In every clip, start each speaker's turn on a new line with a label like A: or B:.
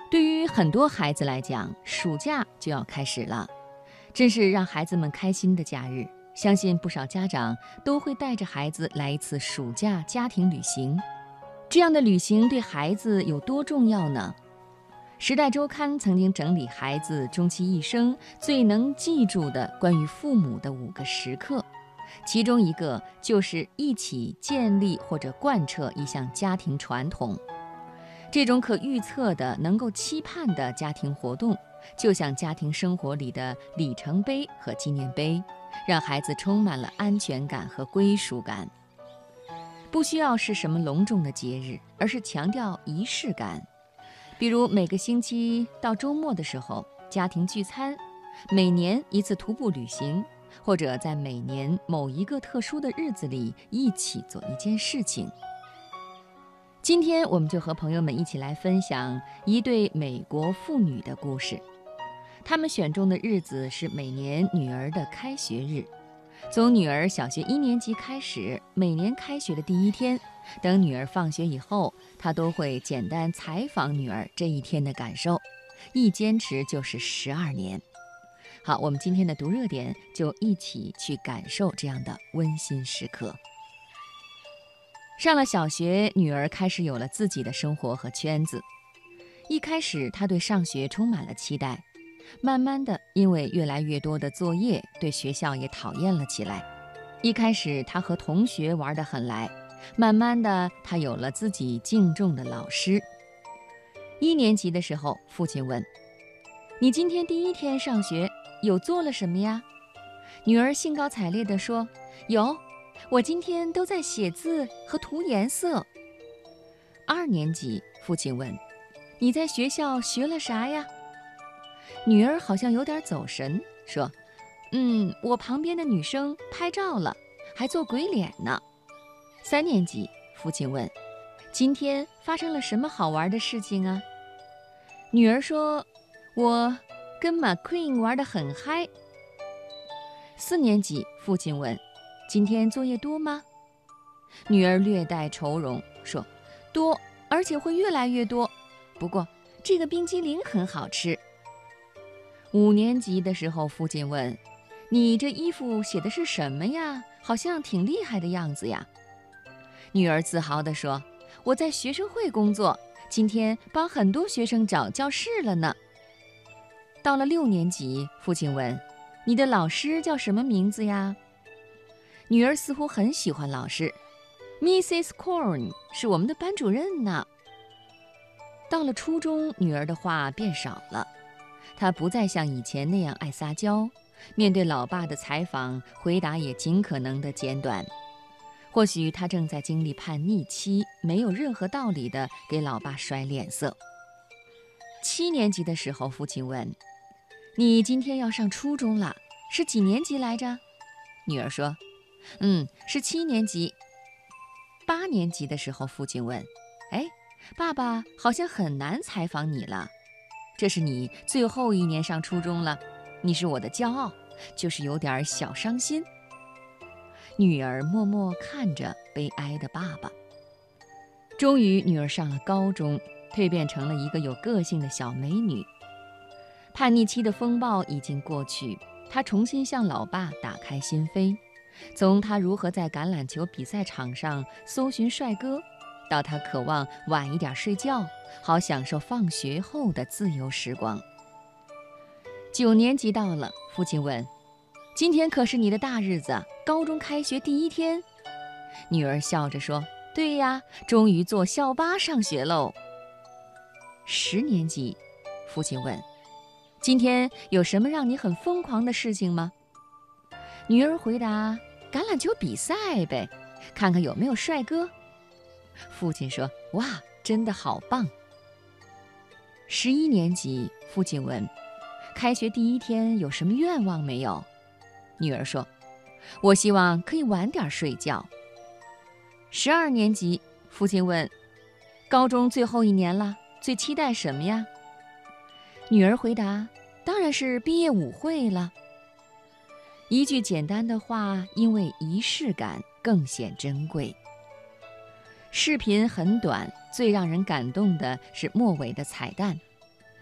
A: 对于很多孩子来讲，暑假就要开始了，真是让孩子们开心的假日。相信不少家长都会带着孩子来一次暑假家庭旅行。这样的旅行对孩子有多重要呢？时代周刊曾经整理孩子终其一生最能记住的关于父母的5个时刻，其中一个就是一起建立或者贯彻一项家庭传统。这种可预测的、能够期盼的家庭活动，就像家庭生活里的里程碑和纪念碑，让孩子充满了安全感和归属感。不需要是什么隆重的节日，而是强调仪式感。比如每个星期到周末的时候，家庭聚餐，每年一次徒步旅行，或者在每年某一个特殊的日子里一起做一件事情。今天我们就和朋友们一起来分享一对美国父女的故事。他们选中的日子是每年女儿的开学日。从女儿小学1年级开始，每年开学的第一天，等女儿放学以后，他都会简单采访女儿这一天的感受，一坚持就是12年。好，我们今天的读热点就一起去感受这样的温馨时刻。上了小学，女儿开始有了自己的生活和圈子。一开始，她对上学充满了期待，慢慢的，因为越来越多的作业，对学校也讨厌了起来。一开始，她和同学玩得很来，慢慢的，她有了自己敬重的老师。1年级的时候，父亲问：“你今天第一天上学，有做了什么呀？”女儿兴高采烈地说：“有，我今天都在写字和涂颜色。”2年级，父亲问：“你在学校学了啥呀？”女儿好像有点走神，说：“我旁边的女生拍照了，还做鬼脸呢。”3年级，父亲问：“今天发生了什么好玩的事情啊？”女儿说：“我跟 McQueen 玩得很嗨。”4年级，父亲问：“今天作业多吗？”女儿略带愁容，说：“多，而且会越来越多。不过，这个冰激凌很好吃。”5年级的时候，父亲问：“你这衣服写的是什么呀？好像挺厉害的样子呀。”女儿自豪地说：“我在学生会工作，今天帮很多学生找教室了呢。”到了6年级，父亲问：“你的老师叫什么名字呀？”女儿似乎很喜欢老师，Mrs. Corn 是我们的班主任呢。到了初中，女儿的话变少了，她不再像以前那样爱撒娇，面对老爸的采访，回答也尽可能的简短。或许她正在经历叛逆期，没有任何道理的给老爸甩脸色。7年级的时候，父亲问：“你今天要上初中了，是几年级来着？”女儿说：“是7年级。”8年级的时候，父亲问：“哎，爸爸好像很难采访你了，这是你最后1年上初中了，你是我的骄傲，就是有点小伤心。”女儿默默看着悲哀的爸爸。终于，女儿上了高中，蜕变成了一个有个性的小美女。叛逆期的风暴已经过去，她重新向老爸打开心扉。从她如何在橄榄球比赛场上搜寻帅哥，到她渴望晚一点睡觉，好享受放学后的自由时光。9年级到了，父亲问：“今天可是你的大日子，高中开学第一天。”女儿笑着说：“对呀，终于坐校巴上学喽。”10年级，父亲问：“今天有什么让你很疯狂的事情吗？”女儿回答：“橄榄球比赛呗，看看有没有帅哥。”父亲说：“哇，真的好棒。”11年级，父亲问：“开学第一天有什么愿望没有？”女儿说：“我希望可以晚点睡觉。”12年级，父亲问：“高中最后1年了，最期待什么呀？”女儿回答：“当然是毕业舞会了。”一句简单的话，因为仪式感更显珍贵。视频很短，最让人感动的是末尾的彩蛋。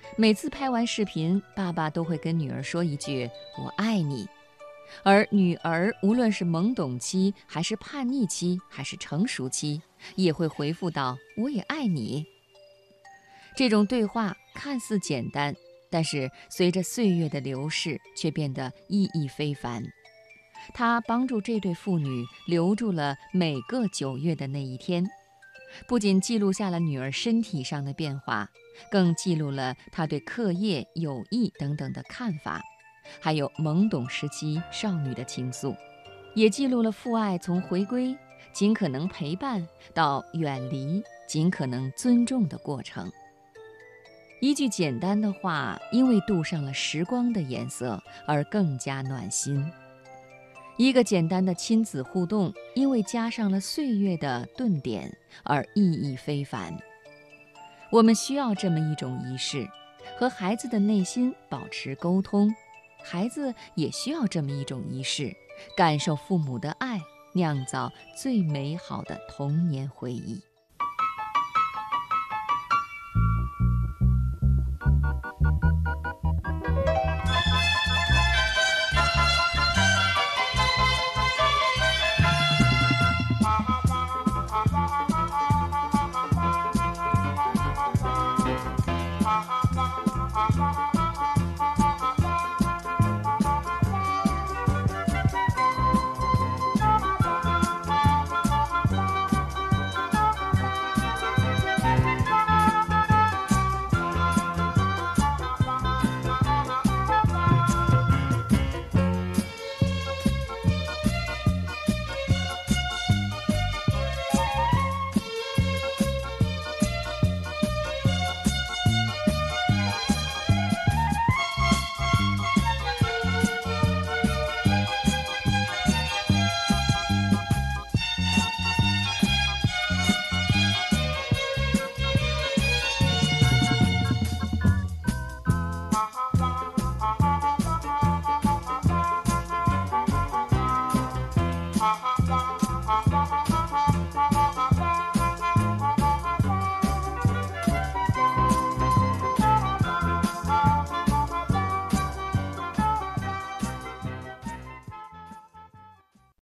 A: 每次拍完视频，爸爸都会跟女儿说一句“我爱你”，而女儿无论是懵懂期，还是叛逆期，还是成熟期，也会回复道“我也爱你”。这种对话看似简单，但是随着岁月的流逝，却变得意义非凡。它帮助这对父女留住了每个9月的那一天，不仅记录下了女儿身体上的变化，更记录了她对课业、友谊等等的看法，还有懵懂时期少女的情愫，也记录了父爱从回归、尽可能陪伴到远离、尽可能尊重的过程。一句简单的话，因为镀上了时光的颜色而更加暖心。一个简单的亲子互动，因为加上了岁月的顿点而意义非凡。我们需要这么一种仪式，和孩子的内心保持沟通，孩子也需要这么一种仪式，感受父母的爱，酿造最美好的童年回忆。